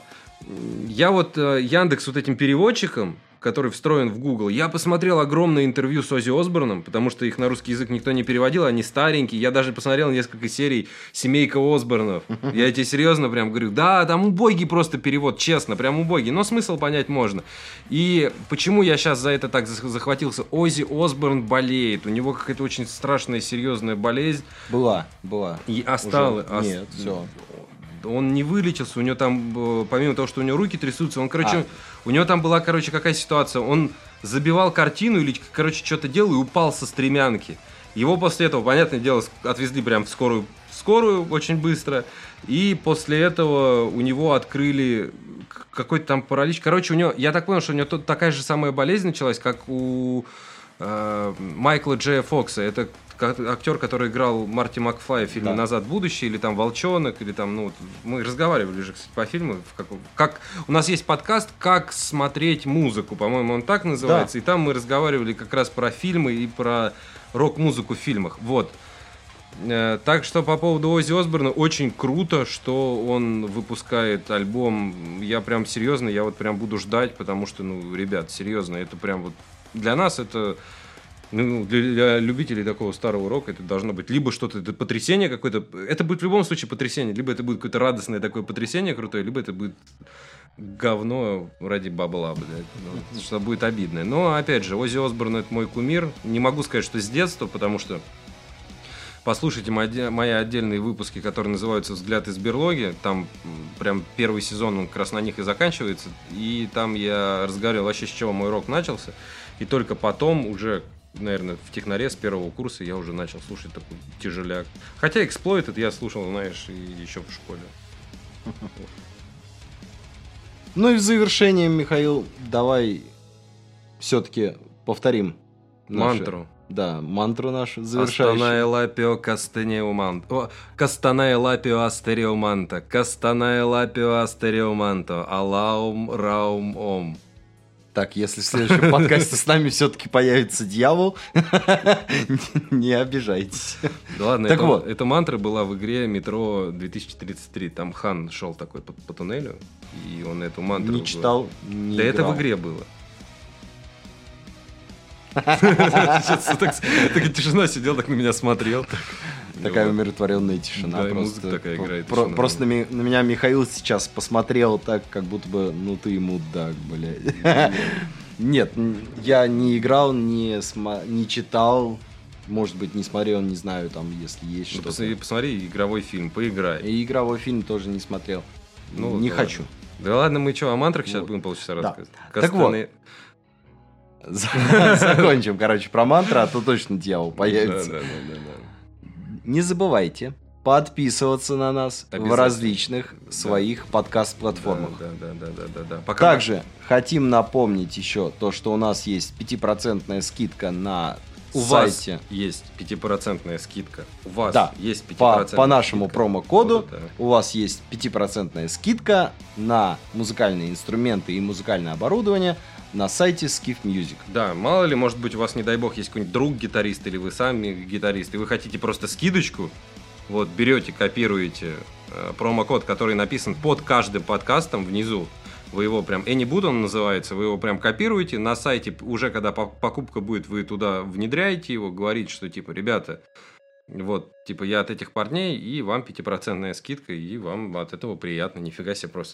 я вот Яндекс вот этим переводчиком, который встроен в Google, я посмотрел огромное интервью с Оззи Осборном, потому что их на русский язык никто не переводил, они старенькие. Я даже посмотрел несколько серий «Семейка Осборнов». Я тебе серьезно прям говорю, да, там убогий просто перевод, честно, прям убогий, но смысл понять можно. И почему я сейчас за это так захватился? Оззи Осборн болеет, у него какая-то очень страшная, серьезная болезнь. Была. И осталось. Нет, все. Он не вылечился, у него там, помимо того, что у него руки трясутся, у него там была, какая ситуация, он забивал картину или, что-то делал и упал со стремянки. Его после этого, понятное дело, отвезли прям в скорую очень быстро, и после этого у него открыли какой-то там паралич. У него, я так понял, что у него такая же самая болезнь началась, как у Майкла Джея Фокса. Это актер, который играл Марти Макфлай в фильме «Назад в будущее», или там «Волчонок», или там, мы разговаривали же, кстати, по фильму. У нас есть подкаст «Как смотреть музыку», по-моему, он так называется, и там мы разговаривали как раз про фильмы и про рок-музыку в фильмах. Вот. Так что по поводу Оззи Осборна очень круто, что он выпускает альбом. Я прям серьезно, я вот прям буду ждать, потому что, ребят, серьезно, это прям вот для нас это... для любителей такого старого рока это должно быть либо что-то, это потрясение какое-то. Это будет в любом случае потрясение. Либо это будет какое-то радостное такое потрясение крутое, либо это будет говно ради бабла, блядь. Что будет обидное. Но, опять же, Оззи Осборн — это мой кумир. Не могу сказать, что с детства, потому что послушайте мои отдельные выпуски, которые называются «Взгляд из берлоги». Там прям первый сезон, он как раз на них и заканчивается. И там я разговаривал вообще, с чего мой рок начался. И только потом уже... Наверное, в технаре с первого курса я уже начал слушать такой тяжеляк. Хотя Exploited я слушал, знаешь, и еще в школе. Ну и в завершение, Михаил, давай все-таки повторим мантру. Да, мантру нашу завершающую. Кастаная лапио кастенеуманто. Кастаная лапио астериуманто. Кастаная лапио астериуманто. Алаум раум ом. Так, если в следующем подкасте с нами все-таки появится дьявол, не обижайтесь. Да ладно, эта мантра была в игре Метро 2033. Там Хан шел такой по туннелю, и он эту мантру... Не читал, не играл. Это в игре было. Такая тишина, сидел, так на меня смотрел. Такая умиротворенная тишина. Да, и музыка такая играет. Просто на меня Михаил сейчас посмотрел так, как будто бы, ты мудак, блядь. Нет, я не играл, не читал, Может быть, не смотрел, не знаю, там, если есть что-то. Посмотри игровой фильм, поиграй. И игровой фильм тоже не смотрел. Ну, не хочу. Да ладно, мы что, о мантрах сейчас будем полчаса рассказывать? Так вот. Закончим, короче, про мантры, а то точно дьявол появится. Да. Не забывайте подписываться на нас в различных своих подкаст-платформах. Да. Также хотим напомнить еще то, что у нас есть 5% скидка на сайте. У вас есть 5% скидка. У вас есть 5% по нашему промокоду у вас есть 5% скидка на музыкальные инструменты и музыкальное оборудование на сайте Skiff Music. Да, мало ли, может быть, у вас, не дай бог, есть какой-нибудь друг гитарист или вы сами гитарист, и вы хотите просто скидочку, вот, берете, копируете промокод, который написан под каждым подкастом внизу, вы его прям, AnyBoot он называется, вы его прям копируете, на сайте уже, когда покупка будет, вы туда внедряете его, говорите, что, типа, ребята, вот, типа, я от этих парней, и вам 5% скидка, и вам от этого приятно, нифига себе, просто,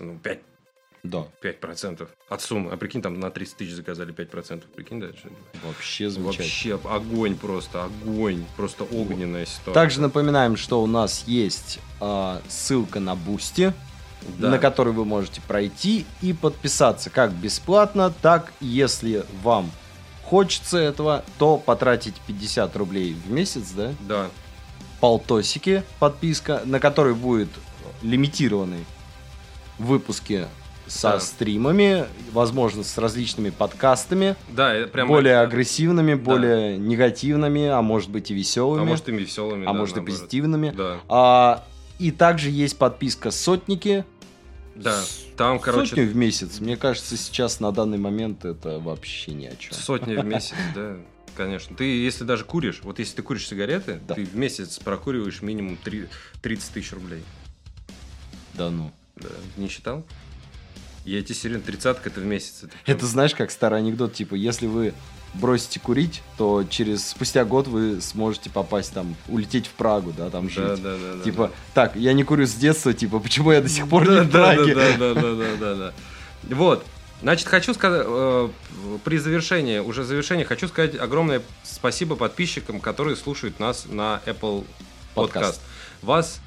5% от суммы. А прикинь, там на 30 тысяч заказали 5%. Прикинь, да? Вообще замечательно. Вообще огонь просто, огонь. Просто огненная ситуация. Также напоминаем, что у нас есть ссылка на Boosty, на которую вы можете пройти и подписаться как бесплатно, так, если вам хочется этого, то потратить 50 рублей в месяц, да? Да. Полтосики подписка, на которой будет лимитированные выпуски со стримами, возможно, с различными подкастами, более агрессивными, более негативными, а может быть и веселыми. А может и веселыми, может и позитивными. Да. И также есть подписка «Сотники». Да, там, короче... Сотню в месяц. Мне кажется, сейчас на данный момент это вообще ни о чем. Сотня в месяц, да, конечно. Ты, если даже куришь, вот если ты куришь сигареты, ты в месяц прокуриваешь минимум 30 тысяч рублей. Да ну. Да, не считал? Я тебе серьезно, 30-ка это в месяц. Это знаешь, как старый анекдот, типа, если вы бросите курить, то спустя год вы сможете попасть там, улететь в Прагу, да, там жить. Да. Типа, так, я не курю с детства, типа, почему я до сих пор не в Праге? Да. Вот, значит, хочу сказать, при завершении, хочу сказать огромное спасибо подписчикам, которые слушают нас на Apple Podcast. Вас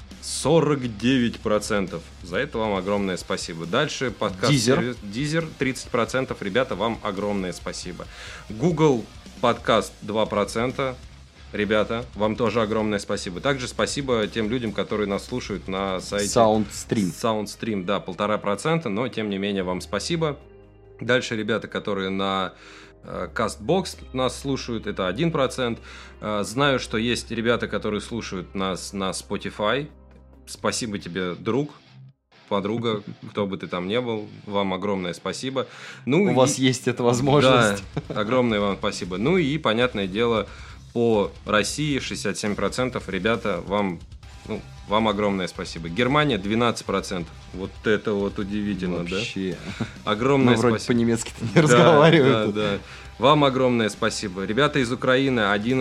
49%. За это вам огромное спасибо. Дальше подкаст Deezer 30%. Ребята, вам огромное спасибо. Google подкаст 2%. Ребята, вам тоже огромное спасибо. Также спасибо тем людям, которые нас слушают на сайте Soundstream, да, 1,5%, но тем не менее вам спасибо. Дальше ребята, которые на CastBox нас слушают, это 1%. Знаю, что есть ребята, которые слушают нас на Spotify. Спасибо тебе, друг, подруга, кто бы ты там ни был, вам огромное спасибо. У вас есть эта возможность. Да, огромное вам спасибо. Ну и, понятное дело, по России 67%. Ребята, вам огромное спасибо. Германия 12%. Вот это вот удивительно, вообще. Да? Огромное вроде спасибо. по-немецки-то не разговаривают. Да. Вам огромное спасибо. Ребята из Украины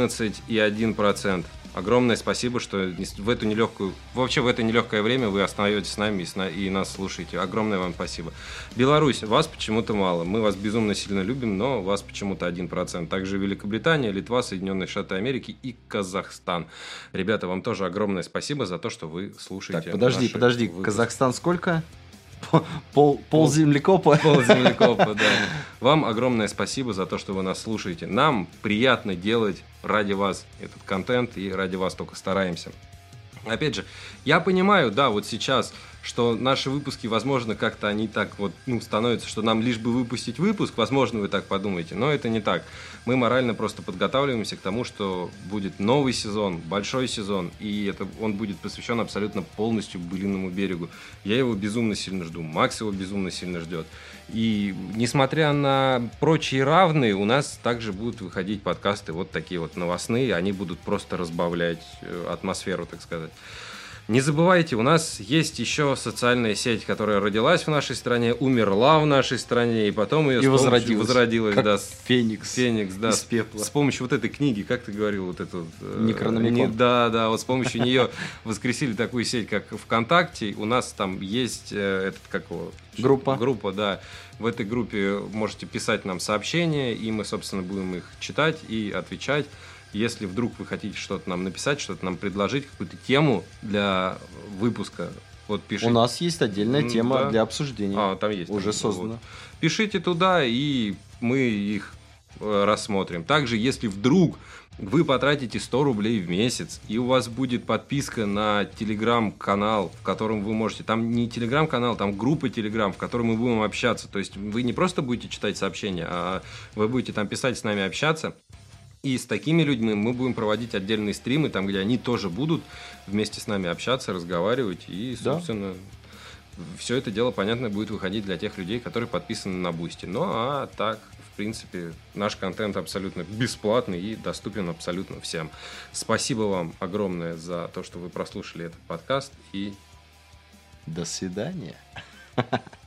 11,1%. Огромное спасибо, что в это нелегкое время вы остаетесь с нами и нас слушаете. Огромное вам спасибо. Беларусь, вас почему-то мало. Мы вас безумно сильно любим, но вас почему-то 1%. Также Великобритания, Литва, Соединенные Штаты Америки и Казахстан. Ребята, вам тоже огромное спасибо за то, что вы слушаете. Так, подожди. Казахстан сколько? Полземлекопа. Полземлекопа, да. Вам огромное спасибо за то, что вы нас слушаете. Нам приятно делать ради вас этот контент, и ради вас только стараемся. Опять же, я понимаю, да, вот сейчас, что наши выпуски, возможно, как-то они так вот, становятся, что нам лишь бы выпустить выпуск, возможно, вы так подумаете, но это не так. Мы морально просто подготавливаемся к тому, что будет новый сезон, большой сезон, и он будет посвящен абсолютно полностью Былинному берегу. Я его безумно сильно жду, Макс его безумно сильно ждет. И несмотря на прочие равные, у нас также будут выходить подкасты вот такие вот новостные, они будут просто разбавлять атмосферу, так сказать. Не забывайте, у нас есть еще социальная сеть, которая родилась в нашей стране, умерла в нашей стране, и потом ее возродилась, как да, Феникс, да, из пепла. С помощью вот этой книги, как ты говорил, вот эту... Некрономикон. Да, вот с помощью нее воскресили такую сеть, как ВКонтакте. У нас там есть группа, да. В этой группе можете писать нам сообщения, и мы, собственно, будем их читать и отвечать. Если вдруг вы хотите что-то нам написать, что-то нам предложить, какую-то тему для выпуска, вот пишите. У нас есть отдельная тема для обсуждения. Там есть. Уже создана. Вот. Пишите туда, и мы их рассмотрим. Также, если вдруг вы потратите 100 рублей в месяц, и у вас будет подписка на телеграм-канал, в котором вы можете... Там не телеграм-канал, там группа телеграм, в которой мы будем общаться. То есть вы не просто будете читать сообщения, а вы будете там писать, с нами общаться. И с такими людьми мы будем проводить отдельные стримы, там, где они тоже будут вместе с нами общаться, разговаривать. И, собственно, все это дело, понятно, будет выходить для тех людей, которые подписаны на Boosty. Ну, а так, в принципе, наш контент абсолютно бесплатный и доступен абсолютно всем. Спасибо вам огромное за то, что вы прослушали этот подкаст. И до свидания.